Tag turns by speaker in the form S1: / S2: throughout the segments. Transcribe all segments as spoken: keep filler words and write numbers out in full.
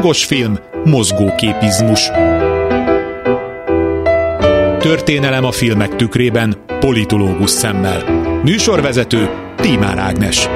S1: Hangos film, mozgóképizmus. Történelem a filmek tükrében, politológus szemmel. Műsorvezető Tímár Ágnes.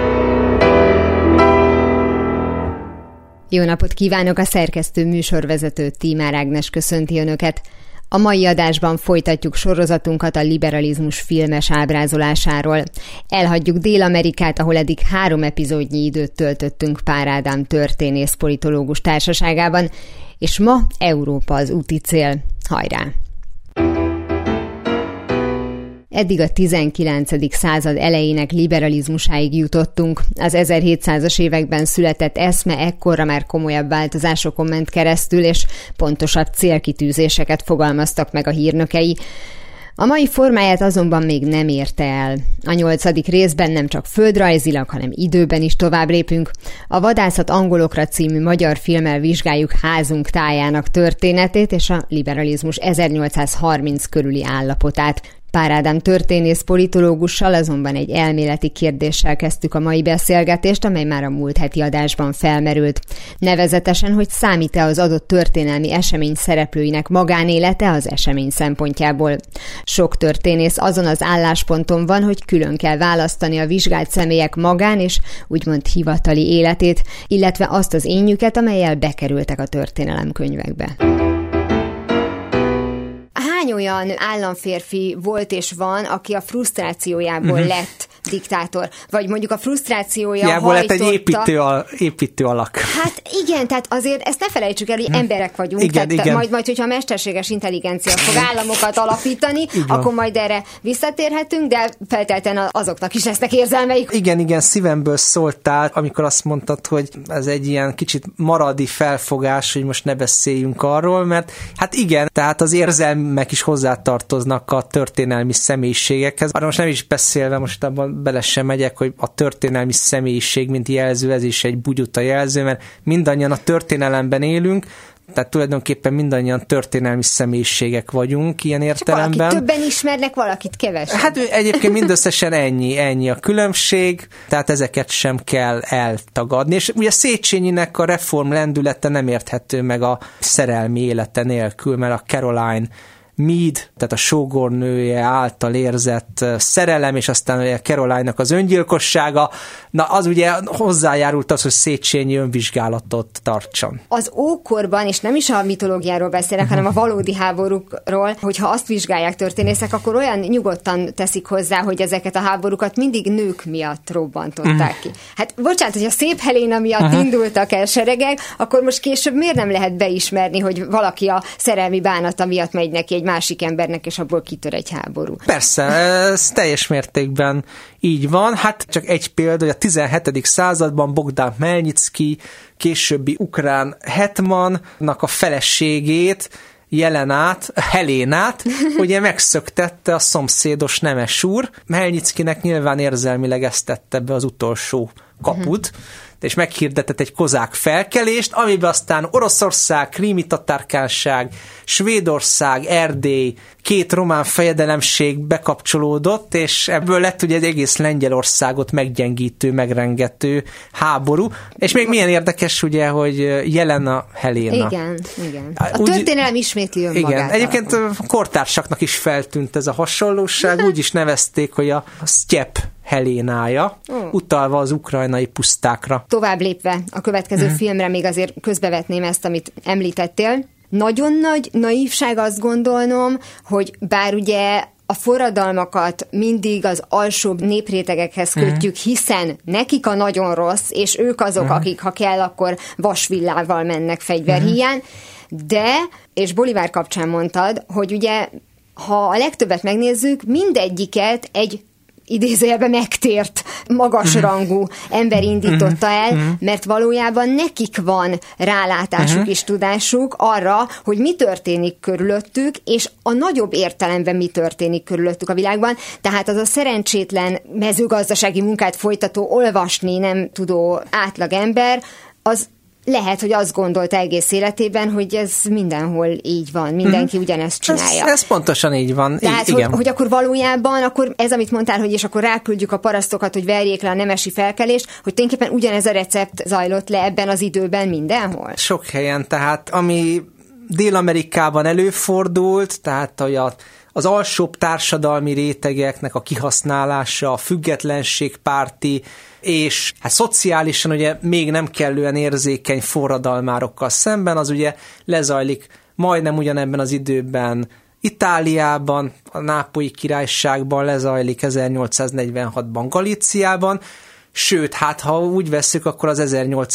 S2: Jó napot kívánok, a szerkesztő műsorvezető Tímár Ágnes köszönti Önöket. A mai adásban folytatjuk sorozatunkat a liberalizmus filmes ábrázolásáról. Elhagyjuk Dél-Amerikát, ahol eddig három epizódnyi időt töltöttünk Pár Ádám történész politológus társaságában, és ma Európa az úti cél. Hajrá! Eddig a tizenkilencedik század elejének liberalizmusáig jutottunk. Az ezerhétszázas években született eszme ekkorra már komolyabb változásokon ment keresztül, és pontosabb célkitűzéseket fogalmaztak meg a hírnökei. A mai formáját azonban még nem érte el. A nyolcadik részben nem csak földrajzilag, hanem időben is tovább lépünk. A Vadászat angolokra című magyar filmmel vizsgáljuk házunk tájának történetét és a liberalizmus ezernyolcszázharminc körüli állapotát. Pár Ádám történész politológussal azonban egy elméleti kérdéssel kezdtük a mai beszélgetést, amely már a múlt heti adásban felmerült. Nevezetesen, hogy számít-e az adott történelmi esemény szereplőinek magánélete az esemény szempontjából. Sok történész azon az állásponton van, hogy külön kell választani a vizsgált személyek magán és úgymond hivatali életét, illetve azt az énjüket, amellyel bekerültek a történelemkönyvekbe. Hány olyan államférfi volt és van, aki a frusztrációjából uh-huh. lett diktátor? Vagy mondjuk a frusztrációja
S3: Jából
S2: hajtotta...
S3: lett egy építő, al- építő alak.
S2: Hát igen, tehát azért ezt ne felejtsük el, hogy emberek vagyunk.
S3: Igen,
S2: tehát
S3: igen.
S2: Majd, majd, hogyha a mesterséges intelligencia fog államokat alapítani, akkor majd erre visszatérhetünk, de feltétlenül azoknak is lesznek érzelmeik.
S3: Igen, igen, szívemből szóltál, amikor azt mondtad, hogy ez egy ilyen kicsit maradi felfogás, hogy most ne beszéljünk arról, mert hát igen, tehát az érzelmek is hozzátartoznak a történelmi személyiségekhez. Arra most nem is beszélve, most abban bele sem megyek, hogy a történelmi személyiség, mint jelző, ez is egy bugyuta jelző, mert mindannyian a történelemben élünk, tehát tulajdonképpen mindannyian történelmi személyiségek vagyunk ilyen értelemben.
S2: Csak valakit többen ismernek, valakit kevesebben.
S3: Hát egyébként mindösszesen ennyi, ennyi a különbség, tehát ezeket sem kell eltagadni. És ugye Széchenyinek a reform lendülete nem érthető meg a szerelmi élete nélkül, mert a Caroline Mead, tehát a sógornője által érzett szerelem, és aztán ugye Caroline-nak az öngyilkossága, na az ugye hozzájárult az, hogy Széchenyi önvizsgálatot tartson.
S2: Az ókorban, és nem is a mitológiáról beszélek, uh-huh. hanem a valódi háborúkról, hogyha azt vizsgálják történészek, akkor olyan nyugodtan teszik hozzá, hogy ezeket a háborúkat mindig nők miatt robbantották uh-huh. ki. Hát bocsánat, hogy a szép Helena miatt uh-huh. indultak el seregek, akkor most később miért nem lehet beismerni, hogy valaki a szerelmi bánata miatt megy neki egy másik embernek, és abból kitör egy háború.
S3: Persze, ez teljes mértékben így van. Hát csak egy példa, hogy a tizenhetedik században Bogdan Hmelnycki, későbbi ukrán hetmannak a feleségét, Jelenát, Helénát, ugye megszöktette a szomszédos nemes úr. Hmelnyckinek nyilván érzelmileg ezt tette be az utolsó kaput, uh-huh. és meghirdetett egy kozák felkelést, amiben aztán Oroszország, Krími tatárkánság, Svédország, Erdély, két román fejedelemség bekapcsolódott, és ebből lett ugye egy egész Lengyelországot meggyengítő, megrengető háború. És még milyen érdekes ugye, hogy Jelena Heléna.
S2: Igen, igen. A Úgy, történelem ismétli önmagát.
S3: Igen, egyébként kortársaknak is feltűnt ez a hasonlóság, úgy is nevezték, hogy a Sztyep Helénája, oh. utalva az ukrajnai pusztákra.
S2: Tovább lépve a következő uh-huh. filmre még azért közbevetném ezt, amit említettél. Nagyon nagy naívság azt gondolnom, hogy bár ugye a forradalmakat mindig az alsóbb néprétegekhez kötjük, uh-huh. hiszen nekik a nagyon rossz, és ők azok, uh-huh. akik ha kell, akkor vasvillával mennek fegyverhíján, uh-huh. de, és Bolivár kapcsán mondtad, hogy ugye, ha a legtöbbet megnézzük, mindegyiket egy idézőjelben megtért, magasrangú ember indította el, mert valójában nekik van rálátásuk uh-huh. és tudásuk arra, hogy mi történik körülöttük, és a nagyobb értelemben mi történik körülöttük a világban. Tehát az a szerencsétlen mezőgazdasági munkát folytató, olvasni nem tudó átlagember, az lehet, hogy azt gondolta egész életében, hogy ez mindenhol így van, mindenki hmm. ugyanezt csinálja.
S3: Ez, ez pontosan így van.
S2: Tehát,
S3: I- igen.
S2: Hogy, hogy akkor valójában, akkor ez, amit mondtál, hogy és akkor ráküldjük a parasztokat, hogy verjék le a nemesi felkelést, hogy tulajdonképpen ugyanez a recept zajlott le ebben az időben mindenhol?
S3: Sok helyen, tehát ami Dél-Amerikában előfordult, tehát hogy a az alsóbb társadalmi rétegeknek a kihasználása, a függetlenségpárti, és hát szociálisan ugye még nem kellően érzékeny forradalmárokkal szemben, az ugye lezajlik majdnem ugyanebben az időben Itáliában, a Nápolyi Királyságban, lezajlik ezernyolcszáznegyvenhatban Galíciában, sőt, hát ha úgy vesszük, akkor az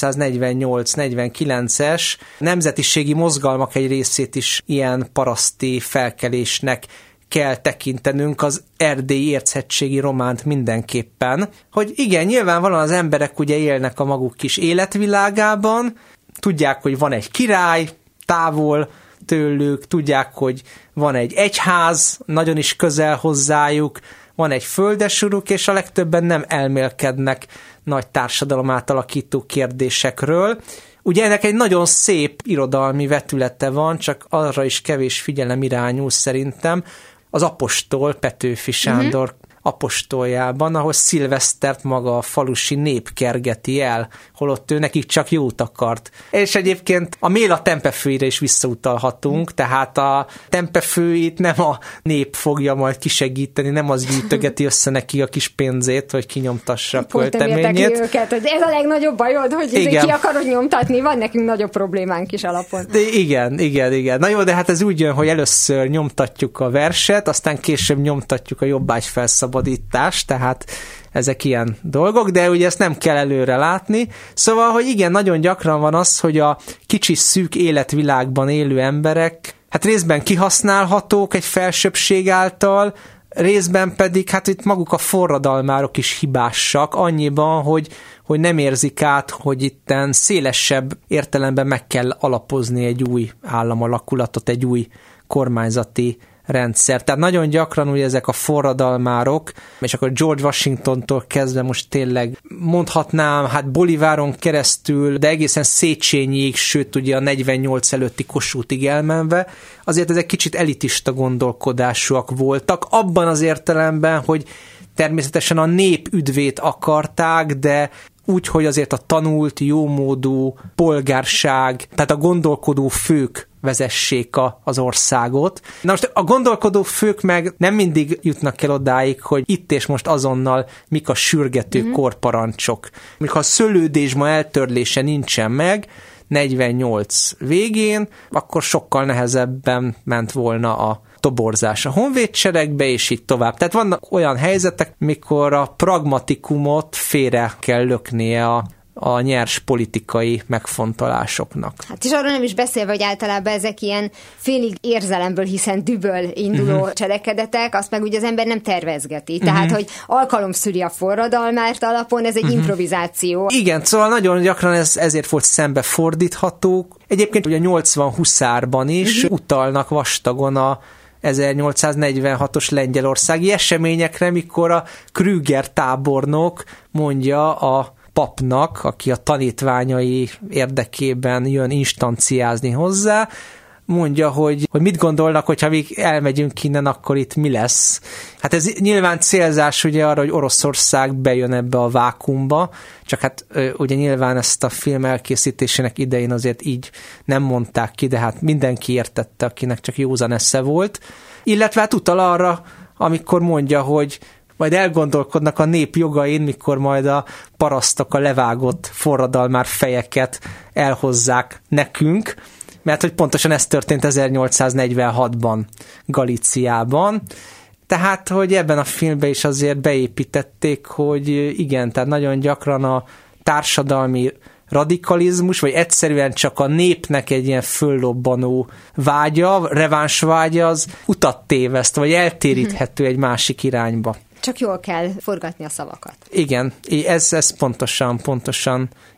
S3: ezernyolcszáznegyvennyolc-negyvenkilences nemzetiségi mozgalmak egy részét is ilyen paraszti felkelésnek kell tekintenünk, az erdélyi érchegységi románt mindenképpen. Hogy igen, nyilvánvalóan az emberek ugye élnek a maguk kis életvilágában, tudják, hogy van egy király távol tőlük, tudják, hogy van egy egyház, nagyon is közel hozzájuk, van egy földesuruk, és a legtöbben nem elmélkednek nagy társadalom átalakító kérdésekről. Ugye ennek egy nagyon szép irodalmi vetülete van, csak arra is kevés figyelem irányul szerintem, az apostol, Petőfi Sándor uh-huh. apostoljában, ahol Szilvesztert maga a falusi nép kergeti el, holott ő nekik csak jót akart. És egyébként a Méla tempefőire is visszautalhatunk, tehát a tempefőit nem a nép fogja majd kisegíteni, nem az gyűjtögeti össze neki a kis pénzét, hogy kinyomtassa a költeményét.
S2: Őket, hogy ez a legnagyobb bajod, hogy ki akarod nyomtatni, van nekünk nagyobb problémánk is alapon.
S3: De igen, igen, igen. Na jó, de hát ez úgy jön, hogy először nyomtatjuk a verset, aztán később nyomtatjuk a jobbágy felszabadítást, tehát ezek ilyen dolgok, de ugye ezt nem kell előre látni. Szóval, hogy igen, nagyon gyakran van az, hogy a kicsi szűk életvilágban élő emberek hát részben kihasználhatók egy felsőbbség által, részben pedig hát itt maguk a forradalmárok is hibásak, annyiban, hogy, hogy nem érzik át, hogy itten szélesebb értelemben meg kell alapozni egy új államalakulatot, egy új kormányzati rendszer. Tehát nagyon gyakran ugye ezek a forradalmárok, és akkor George Washingtontól kezdve most tényleg mondhatnám, hát Boliváron keresztül, de egészen Széchenyig, sőt ugye a negyvennyolc előtti Kossuthig elmenve, azért ezek kicsit elitista gondolkodásúak voltak, abban az értelemben, hogy természetesen a nép üdvét akarták, de úgy, hogy azért a tanult, jómódú polgárság, tehát a gondolkodó fők vezessék a, az országot. Na most a gondolkodó fők meg nem mindig jutnak el odáig, hogy itt és most azonnal mik a sürgető mm-hmm. korparancsok. Mikor a szőlődésma eltörlése nincsen meg, negyvennyolc végén, akkor sokkal nehezebben ment volna a toborzás a honvédseregbe, és így tovább. Tehát vannak olyan helyzetek, mikor a pragmatikumot félre kell löknie a a nyers politikai megfontolásoknak.
S2: Hát és arról nem is beszélve, hogy általában ezek ilyen félig érzelemből, hiszen düböl induló uh-huh. cselekedetek, azt meg ugye az ember nem tervezgeti. Uh-huh. Tehát, hogy alkalomszüli a forradalmárt alapon, ez egy uh-huh. improvizáció.
S3: Igen, szóval nagyon gyakran ez, ezért volt szembefordítható. Egyébként ugye a nyolcvan huszárban is uh-huh. utalnak vastagon a ezernyolcszáznegyvenhatos lengyelországi eseményekre, mikor a Krüger tábornok mondja a papnak, aki a tanítványai érdekében jön instanciázni hozzá, mondja, hogy, hogy mit gondolnak, hogyha még elmegyünk innen, akkor itt mi lesz. Hát ez nyilván célzás ugye arra, hogy Oroszország bejön ebbe a vákuumba, csak hát ugye nyilván ezt a film elkészítésének idején azért így nem mondták ki, de hát mindenki értette, akinek csak józan esze volt. Illetve hát utal arra, amikor mondja, hogy majd elgondolkodnak a nép jogain, mikor majd a parasztok a levágott forradalmár fejeket elhozzák nekünk, mert hogy pontosan ez történt ezernyolcszáznegyvenhatban Galíciában. Tehát, hogy ebben a filmben is azért beépítették, hogy igen, tehát nagyon gyakran a társadalmi radikalizmus, vagy egyszerűen csak a népnek egy ilyen föllobbanó vágya, revánsvágya, az utat téveszt, vagy eltéríthető egy másik irányba.
S2: Csak jól kell forgatni a szavakat.
S3: Igen, ez, ez pontosan, pontosan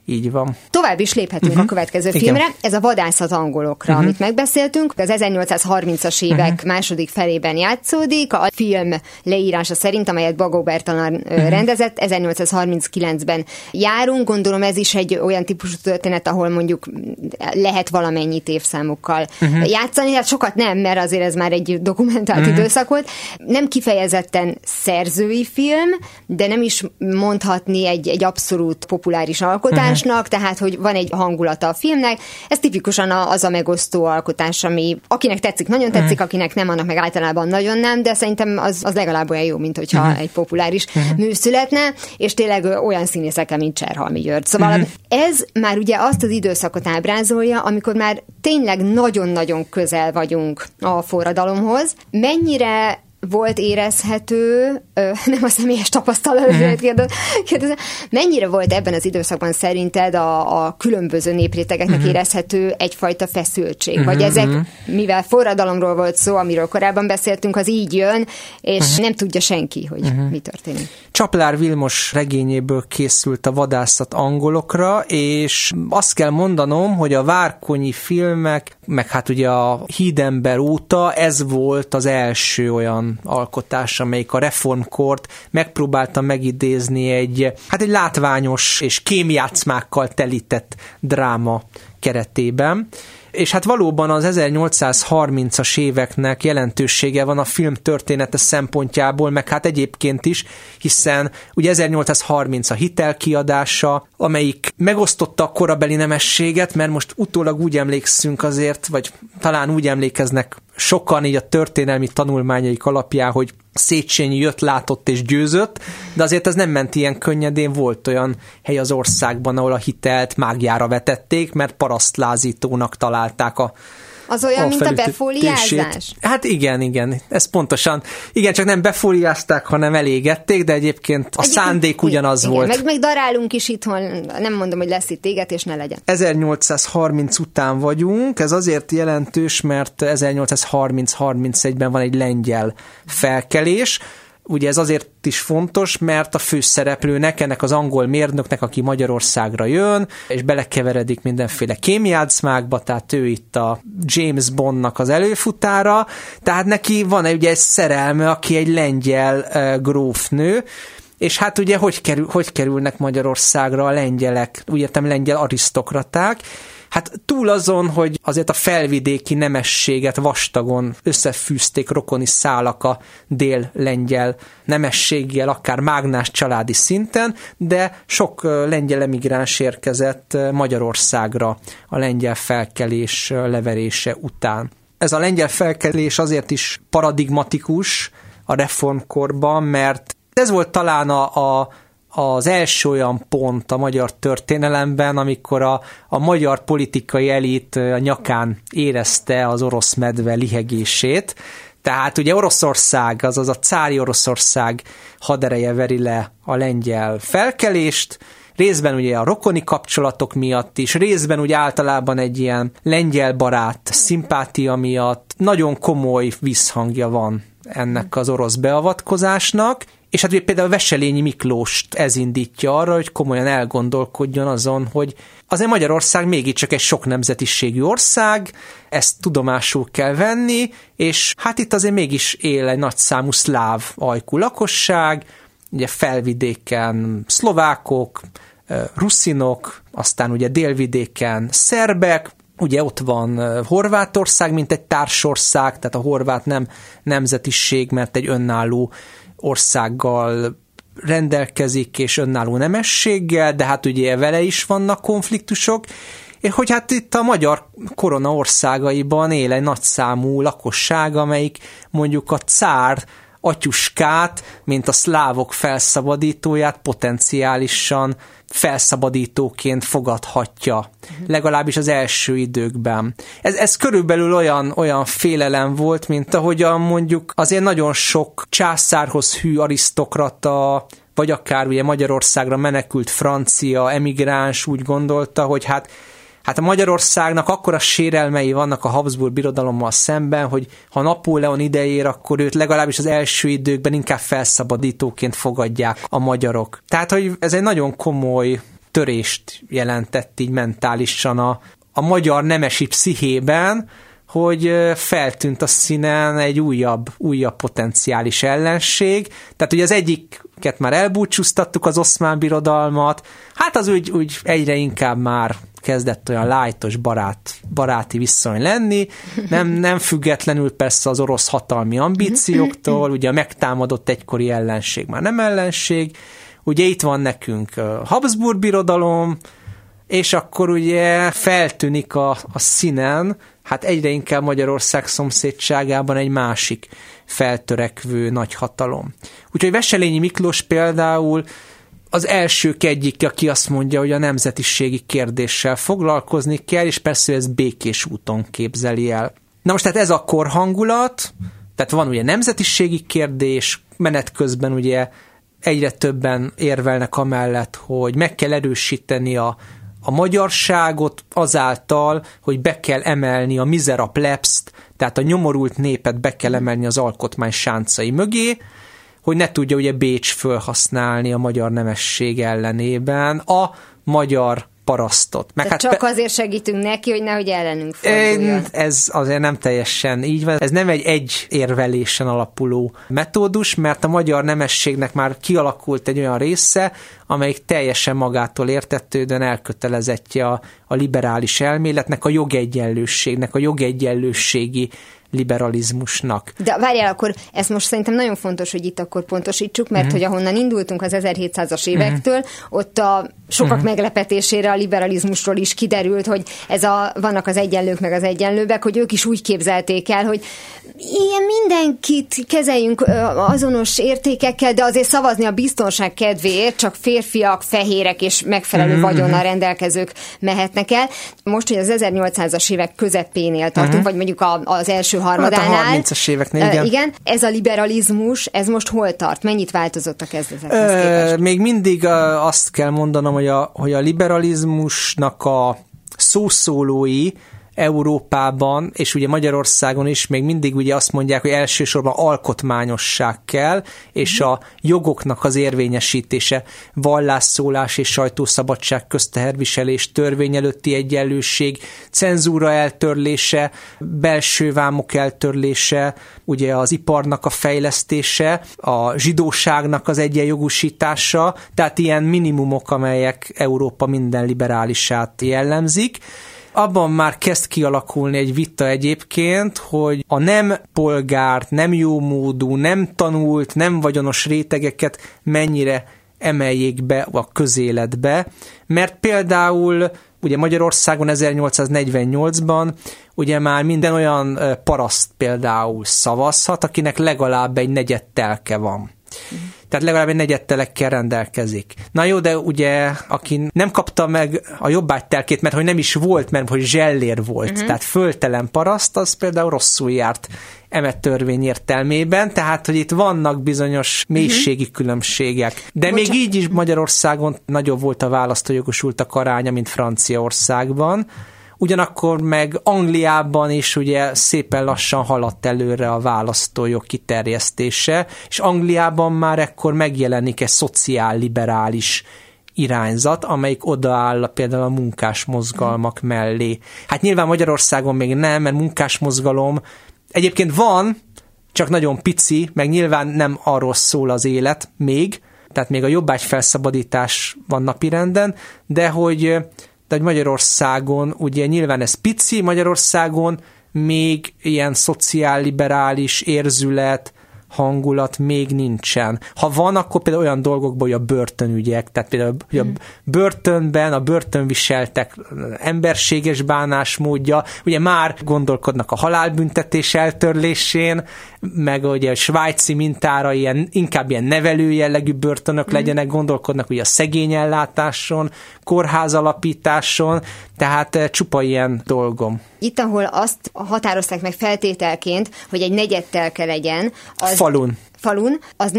S3: Így van.
S2: Tovább is léphetünk uh-huh. a következő
S3: Igen.
S2: filmre. Ez a Vadászat angolokra, uh-huh. amit megbeszéltünk. Az ezernyolcszázharmincas évek uh-huh. második felében játszódik. A film leírása szerint, amelyet Bagó Bertalan uh-huh. rendezett, ezernyolcszázharminckilencben járunk. Gondolom ez is egy olyan típusú történet, ahol mondjuk lehet valamennyi évszámokkal uh-huh. játszani. Hát sokat nem, mert azért ez már egy dokumentált uh-huh. időszak volt. Nem kifejezetten szerzői film, de nem is mondhatni egy, egy abszolút populáris alkotásnak, uh-huh. tehát, hogy van egy hangulata a filmnek. Ez tipikusan az a megosztó alkotás, ami akinek tetszik, nagyon tetszik, uh-huh. akinek nem, annak meg általában nagyon nem, de szerintem az, az legalább olyan jó, mint hogyha uh-huh. egy populáris uh-huh. mű születne, és tényleg olyan színészekkel, mint Cserhalmi György. Szóval uh-huh. ez már ugye azt az időszakot ábrázolja, amikor már tényleg nagyon-nagyon közel vagyunk a forradalomhoz. Mennyire volt érezhető, nem a személyes tapasztalat, kérdezem, mennyire volt ebben az időszakban szerinted a, a különböző néprétegeknek uh-huh. érezhető egyfajta feszültség? Uh-huh. Vagy ezek, mivel forradalomról volt szó, amiről korábban beszéltünk, az így jön, és uh-huh. nem tudja senki, hogy uh-huh. mi történik.
S3: Csaplár Vilmos regényéből készült a Vadászat angolokra, és azt kell mondanom, hogy a várkonyi filmek, meg hát ugye a Hídember óta ez volt az első olyan alkotás, amelyik a reformkort megpróbálta megidézni egy, hát egy látványos és kémjátszmákkal telített dráma keretében. És hát valóban az ezernyolcszázharmincas éveknek jelentősége van a film története szempontjából, meg hát egyébként is, hiszen ugye ezernyolcszázharminc a Hitel kiadása, amelyik megosztotta a korabeli nemességet, mert most utólag úgy emlékszünk azért, vagy talán úgy emlékeznek sokan így a történelmi tanulmányaik alapján, hogy Széchenyi jött, látott és győzött, de azért ez nem ment ilyen könnyedén, volt olyan hely az országban, ahol a hitelt mágiára vetették, mert parasztlázítónak találták a
S2: Az olyan,
S3: a
S2: mint a befóliázás?
S3: Hát igen, igen, ez pontosan. Igen, csak nem befóliázták, hanem elégették, de egyébként a egyébként, szándék ugyanaz
S2: igen,
S3: volt.
S2: Meg, meg darálunk is itthon, nem mondom, hogy lesz itt égetés, ne legyen.
S3: ezernyolcszázharminc után vagyunk, ez azért jelentős, mert ezernyolcszázharminc-harmincegyben van egy lengyel felkelés. Ugye ez azért is fontos, mert a főszereplőnek, ennek az angol mérnöknek, aki Magyarországra jön, és belekeveredik mindenféle kémjátszmákba, tehát ő itt a James Bondnak az előfutára, tehát neki van ugye egy szerelme, aki egy lengyel uh, grófnő, és hát ugye hogy, kerül, hogy kerülnek Magyarországra a lengyelek, úgy értem lengyel arisztokraták. Hát túl azon, hogy azért a felvidéki nemességet vastagon összefűzték rokoni szálak a dél-lengyel nemességgel, akár mágnás családi szinten, de sok lengyel emigráns érkezett Magyarországra a lengyel felkelés leverése után. Ez a lengyel felkelés azért is paradigmatikus a reformkorban, mert ez volt talán a, a az első olyan pont a magyar történelemben, amikor a, a magyar politikai elit a nyakán érezte az orosz medve lihegését. Tehát ugye Oroszország, azaz a cári Oroszország hadereje veri le a lengyel felkelést, részben ugye a rokoni kapcsolatok miatt is, részben ugye általában egy ilyen lengyel barát szimpátia miatt nagyon komoly visszhangja van ennek az orosz beavatkozásnak, és hát ugye például Wesselényi Miklóst ez indítja arra, hogy komolyan elgondolkodjon azon, hogy azért Magyarország mégiscsak egy sok nemzetiségű ország, ezt tudomásul kell venni, és hát itt azért mégis él egy nagyszámú szláv ajkú lakosság, ugye felvidéken szlovákok, ruszinok, aztán ugye délvidéken szerbek, ugye ott van Horvátország, mint egy társország, tehát a horvát nem nemzetiség, mert egy önálló országgal rendelkezik, és önálló nemességgel, de hát ugye vele is vannak konfliktusok, és hogy hát itt a magyar korona országaiban él egy nagyszámú lakosság, amelyik mondjuk a cár atyuskát, mint a szlávok felszabadítóját potenciálisan felszabadítóként fogadhatja. Uh-huh. Legalábbis az első időkben. Ez, ez körülbelül olyan, olyan félelem volt, mint ahogyan mondjuk azért nagyon sok császárhoz hű arisztokrata, vagy akár ugye Magyarországra menekült francia emigráns úgy gondolta, hogy hát Hát a Magyarországnak akkora sérelmei vannak a Habsburg birodalommal szemben, hogy ha Napóleon idejér, akkor őt legalábbis az első időkben inkább felszabadítóként fogadják a magyarok. Tehát, hogy ez egy nagyon komoly törést jelentett így mentálisan a, a magyar nemesi pszichében, hogy feltűnt a színen egy újabb, újabb potenciális ellenség. Tehát ugye az egyiket már elbúcsúztattuk, az Oszmán Birodalmat, hát az úgy, úgy egyre inkább már kezdett olyan lightos barát, baráti viszony lenni, nem, nem függetlenül persze az orosz hatalmi ambícióktól, ugye a megtámadott egykori ellenség már nem ellenség, ugye itt van nekünk a Habsburg Birodalom, és akkor ugye feltűnik a, a színen, hát egyre inkább Magyarország szomszédságában egy másik feltörekvő nagyhatalom. Úgyhogy Wesselényi Miklós például az elsők egyik, aki azt mondja, hogy a nemzetiségi kérdéssel foglalkozni kell, és persze ez békés úton képzeli el. Na most tehát ez a korhangulat, tehát van ugye nemzetiségi kérdés, menet közben ugye egyre többen érvelnek amellett, hogy meg kell erősíteni a a magyarságot azáltal, hogy be kell emelni a misera plebszt, tehát a nyomorult népet be kell emelni az alkotmány sáncai mögé, hogy ne tudja ugye Bécs felhasználni a magyar nemesség ellenében a magyar parasztot.
S2: Meg hát csak pe- azért segítünk neki, hogy nehogy ellenünk forduljon.
S3: Ez azért nem teljesen így van. Ez nem egy egy érvelésen alapuló metódus, mert a magyar nemességnek már kialakult egy olyan része, amelyik teljesen magától értetődően elkötelezettje a, a liberális elméletnek, a jogegyenlőségnek, a jogegyenlőségi liberalizmusnak.
S2: De várjál, akkor ezt most szerintem nagyon fontos, hogy itt akkor pontosítsuk, mert uh-huh. hogy ahonnan indultunk az ezerhétszázas évektől, uh-huh. ott a sokak uh-huh. meglepetésére a liberalizmusról is kiderült, hogy ez a, vannak az egyenlők meg az egyenlőbbek, hogy ők is úgy képzelték el, hogy ilyen mindenkit kezeljünk azonos értékekkel, de azért szavazni a biztonság kedvéért csak férfiak, fehérek és megfelelő uh-huh. vagyonnal rendelkezők mehetnek el. Most, hogy az ezernyolcszázas évek közepénél tartunk, uh-huh. vagy mondjuk a, az első harmadánál.
S3: Hát a harmincas éveknél, igen.
S2: Uh, igen. Ez a liberalizmus, ez most hol tart? Mennyit változott a kezdetekhez uh, képest?
S3: Még mindig uh, azt kell mondanom, hogy a, hogy a liberalizmusnak a szószólói Európában, és ugye Magyarországon is még mindig ugye azt mondják, hogy elsősorban alkotmányosság kell, és a jogoknak az érvényesítése, vallásszólás és sajtószabadság, közteherviselés, törvény előtti egyenlőség, cenzúra eltörlése, belső vámok eltörlése, ugye az iparnak a fejlesztése, a zsidóságnak az egyenjogúsítása, tehát ilyen minimumok, amelyek Európa minden liberálisát jellemzik. Abban már kezd kialakulni egy vita egyébként, hogy a nem polgárt, nem jómódú, nem tanult, nem vagyonos rétegeket mennyire emeljék be a közéletbe, mert például ugye Magyarországon ezernyolcszáznegyvennyolcban ugye már minden olyan paraszt például szavazhat, akinek legalább egy negyed telke van. Tehát legalább egy negyedtelekkel rendelkezik. Na jó, de ugye, aki nem kapta meg a jobbágytelkét, mert hogy nem is volt, mert hogy zsellér volt, uh-huh. tehát föltelen paraszt, az például rosszul járt eme törvény értelmében, tehát, hogy itt vannak bizonyos mélységi uh-huh. különbségek. De Bocsán... még így is Magyarországon nagyobb volt a választójogosultak aránya, mint Franciaországban. Ugyanakkor meg Angliában is ugye szépen lassan haladt előre a választójog kiterjesztése, és Angliában már ekkor megjelenik egy szociálliberális irányzat, amelyik odaáll például a munkásmozgalmak mellé. Hát nyilván Magyarországon még nem, mert munkásmozgalom egyébként van, csak nagyon pici, meg nyilván nem arról szól az élet még, tehát még a jobbágyfelszabadítás van napirenden, de hogy de hogy Magyarországon, ugye nyilván ez pici, Magyarországon még ilyen szociálliberális érzület, hangulat még nincsen. Ha van, akkor például olyan dolgokban, hogy a börtönügyek, tehát például hogy a börtönben, a börtönviseltek emberséges bánásmódja, ugye már gondolkodnak a halálbüntetés eltörlésén, meg ugye a svájci mintára ilyen, inkább ilyen nevelő jellegű börtönök mm. legyenek, gondolkodnak ugye a szegényellátáson, kórházalapításon, tehát csupa ilyen dolgom.
S2: Itt, ahol azt határozták meg feltételként, hogy egy negyedtelke legyen, az
S3: falun.
S2: falun, az nem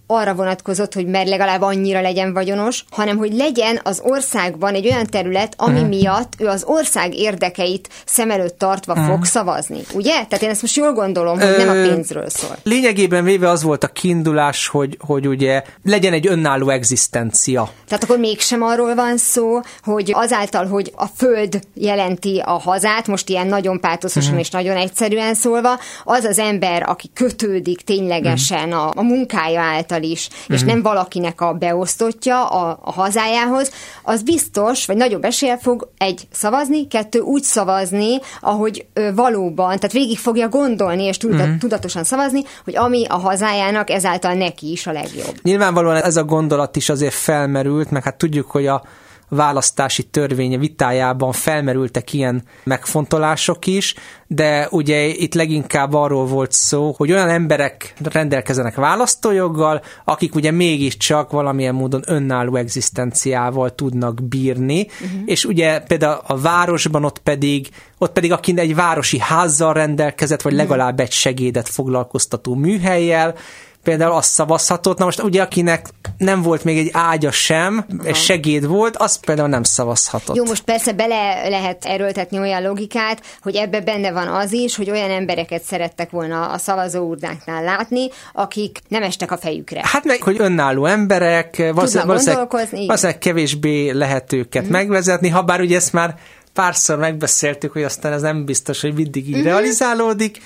S2: arra vonatkozott, hogy mert legalább annyira legyen vagyonos, hanem hogy legyen az országban egy olyan terület, ami uh-huh. miatt ő az ország érdekeit szem előtt tartva uh-huh. fog szavazni. Ugye? Tehát én ezt most jól gondolom, hogy Ö, nem a pénzről szól.
S3: Lényegében véve az volt a kiindulás, hogy, hogy ugye legyen egy önálló egzisztencia.
S2: Tehát akkor mégsem arról van szó, hogy azáltal, hogy a föld jelenti a hazát, most ilyen nagyon pátoszosan uh-huh. és nagyon egyszerűen szólva, az az ember, aki kötődik ténylegesen uh-huh. a, a munkája által is, és uh-huh. nem valakinek a beosztottja a, a hazájához, az biztos, vagy nagyobb eséllyel fog egy szavazni, kettő úgy szavazni, ahogy ö, valóban, tehát végig fogja gondolni, és tudat, uh-huh. tudatosan szavazni, hogy ami a hazájának ezáltal neki is a legjobb.
S3: Nyilvánvalóan ez a gondolat is azért felmerült, meg hát tudjuk, hogy a választási törvény vitájában felmerültek ilyen megfontolások is, de ugye itt leginkább arról volt szó, hogy olyan emberek rendelkezenek választójoggal, akik ugye mégiscsak valamilyen módon önálló egzisztenciával tudnak bírni, uh-huh. és ugye például a városban ott pedig, ott pedig aki egy városi házzal rendelkezett, vagy uh-huh. legalább egy segédet foglalkoztató műhellyel, például azt szavazhatott. Na most ugye, akinek nem volt még egy ágya sem, Aha. egy segéd volt, az például nem szavazhatott.
S2: Jó, most persze bele lehet erőltetni olyan logikát, hogy ebbe benne van az is, hogy olyan embereket szerettek volna a szavazóurnáknál látni, akik nem estek a fejükre.
S3: Hát meg, hogy önálló emberek, valószínűleg, valószínűleg kevésbé lehet őket uh-huh. megvezetni, ha bár ugye ezt már párszor megbeszéltük, hogy aztán ez nem biztos, hogy mindig így uh-huh. realizálódik,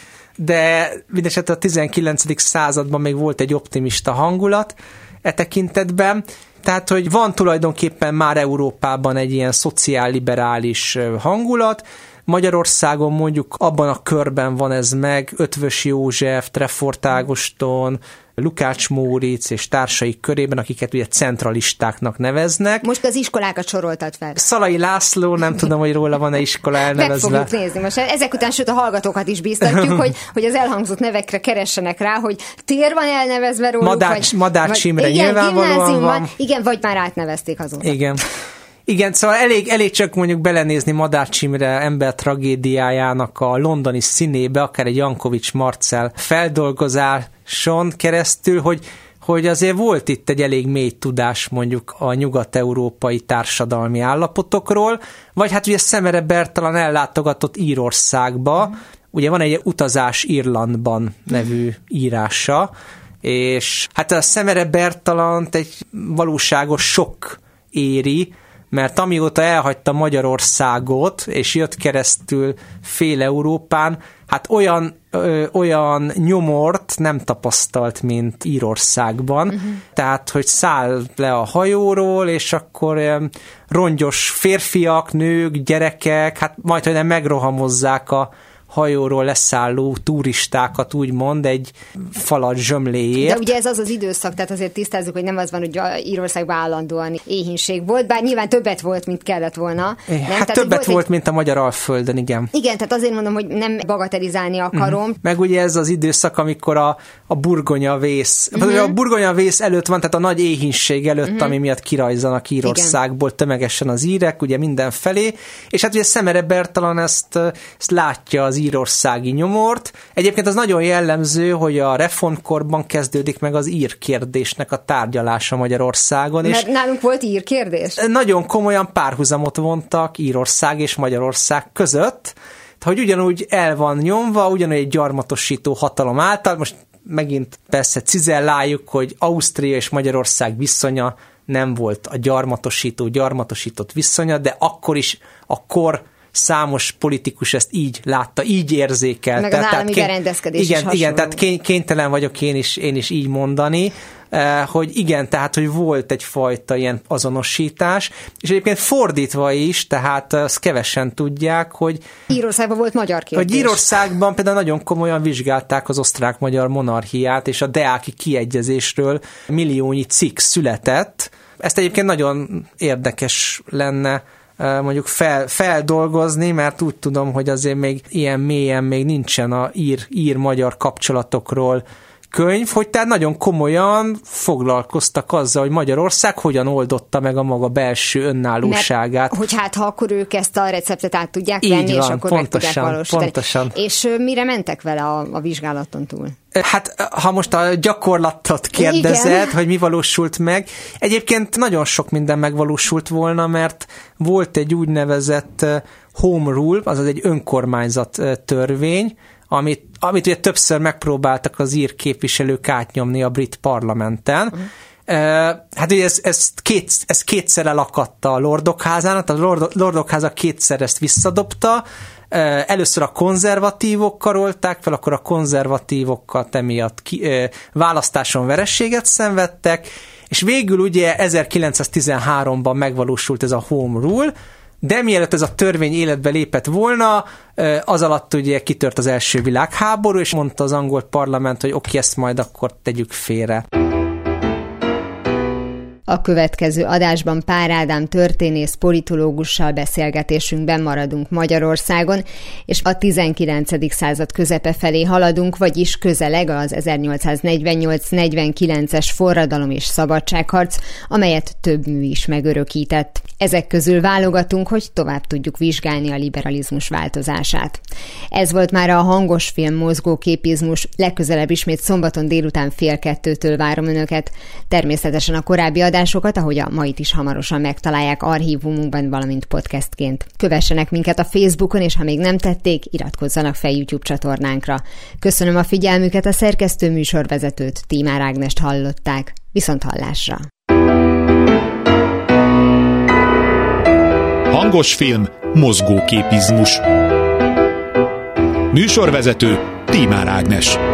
S3: de mindesetre a tizenkilencedik században még volt egy optimista hangulat e tekintetben, tehát, hogy van tulajdonképpen már Európában egy ilyen szociálliberális hangulat, Magyarországon mondjuk abban a körben van ez meg, Eötvös József, Treffort Ágoston, Lukács Móricz és társaik körében, akiket ugye centralistáknak neveznek.
S2: Most az iskolákat soroltad fel.
S3: Szalai László, nem tudom, hogy róla van-e iskola elnevezve.
S2: Meg fogjuk nézni. Most ezek után sőt a hallgatókat is bíztatjuk, hogy, hogy az elhangzott nevekre keressenek rá, hogy tér van elnevezve róluk.
S3: Madács,
S2: vagy,
S3: Madács Imre
S2: vagy, igen,
S3: nyilvánvalóan van.
S2: Igen, vagy már átnevezték azóta.
S3: Igen. Igen, szóval elég, elég csak mondjuk belenézni Madács Imre ember tragédiájának a londoni színébe, akár egy Jankovics Marcell feldolgozáson keresztül, hogy, hogy azért volt itt egy elég mély tudás mondjuk a nyugat-európai társadalmi állapotokról, vagy hát ugye Szemere Bertalan ellátogatott Írországba, ugye van egy Utazás Irlandban nevű írása, és hát a Szemere Bertalant egy valóságos sok éri, mert amióta elhagyta Magyarországot, és jött keresztül fél Európán, hát olyan, ö, olyan nyomort nem tapasztalt, mint Írországban. Uh-huh. Tehát, hogy száll le a hajóról, és akkor ö, rongyos férfiak, nők, gyerekek, hát majd, hogy nem megrohamozzák a hajóról leszálló turistákat, úgymond, egy falat zsömléért.
S2: De ugye ez az az időszak, tehát azért tisztázzuk, hogy nem az van, hogy Írországban állandóan éhínség volt, bár nyilván többet volt, mint kellett volna.
S3: Nem? Hát tehát, többet volt, volt egy... mint a magyar Alföldön, igen.
S2: Igen, tehát azért mondom, hogy nem bagatelizálni akarom. Uh-huh.
S3: Meg ugye ez az időszak, amikor a, a burgonya vész, uh-huh. a burgonya vész előtt van, tehát a nagy éhínség előtt, uh-huh. ami miatt kirajzanak Írországból igen. tömegesen az írek, ugye mindenfelé, és hát ugye Szemere Bertalan ezt, ezt látja az írországi nyomort. Egyébként az nagyon jellemző, hogy a reformkorban kezdődik meg az ír kérdésnek a tárgyalása Magyarországon.
S2: Mert
S3: és
S2: nálunk volt ír kérdés?
S3: Nagyon komolyan párhuzamot vontak Írország és Magyarország között, hogy ugyanúgy el van nyomva, ugyanúgy egy gyarmatosító hatalom által. Most megint persze cizelláljuk, hogy Ausztria és Magyarország viszonya nem volt a gyarmatosító, gyarmatosított viszonya, de akkor is a kor számos politikus ezt így látta, így érzékelte.
S2: Meg az állami berendezkedés is hasonló.
S3: Igen, tehát kénytelen vagyok én is, én is így mondani, hogy igen, tehát, hogy volt egyfajta ilyen azonosítás, és egyébként fordítva is, tehát azt kevesen tudják, hogy
S2: Írországban volt magyar kérdés.
S3: Hogy Írországban például nagyon komolyan vizsgálták az osztrák-magyar monarchiát, és a deáki kiegyezésről milliónyi cikk született. Ezt egyébként nagyon érdekes lenne mondjuk fel, feldolgozni, mert úgy tudom, hogy azért még ilyen mélyen még nincsen a ír, ír-magyar kapcsolatokról könyv, hogy tehát nagyon komolyan foglalkoztak azzal, hogy Magyarország hogyan oldotta meg a maga belső önállóságát.
S2: Mert, hogy hát ha akkor ők ezt a receptet át tudják venni, és akkor
S3: pontosan,
S2: meg tudják valósítani.
S3: Pontosan.
S2: És mire mentek vele a, a vizsgálaton túl?
S3: Hát, ha most a gyakorlatot kérdezed, igen, hogy mi valósult meg, egyébként nagyon sok minden megvalósult volna, mert volt egy úgynevezett home rule, azaz egy önkormányzat törvény, amit, amit ugye többször megpróbáltak az ír képviselők átnyomni a brit parlamenten. Uh-huh. Hát ugye ez, ez, két, ez kétszer elakadta a Lordok házán, tehát a Lordok háza kétszer ezt visszadobta. Először a konzervatívok karolták fel, akkor a konzervatívokat emiatt ki, választáson verességet szenvedtek, és végül ugye ezerkilencszáztizenháromban megvalósult ez a home rule, de mielőtt ez a törvény életbe lépett volna, az alatt ugye kitört az első világháború, és mondta az angol parlament, hogy oké, ezt majd akkor tegyük félre.
S2: A következő adásban Pár Ádám történész politológussal beszélgetésünkben maradunk Magyarországon, és a tizenkilencedik század közepe felé haladunk, vagyis közeleg az ezernyolcszáznegyvennyolc negyvenkilences forradalom és szabadságharc, amelyet több mű is megörökített. Ezek közül válogatunk, hogy tovább tudjuk vizsgálni a liberalizmus változását. Ez volt már a hangos film mozgóképizmus, legközelebb ismét szombaton délután fél kettőtől várom önöket. Természetesen a korábbi adásokat, ahogy a mait is hamarosan megtalálják archívumunkban, valamint podcastként. Kövessenek minket a Facebookon, és ha még nem tették, iratkozzanak fel YouTube csatornánkra. Köszönöm a figyelmüket, a szerkesztő műsorvezetőt, Tímár Ágnest hallották. Viszont hallásra!
S1: Hangos film, mozgóképizmus. Műsorvezető Tímár Ágnes.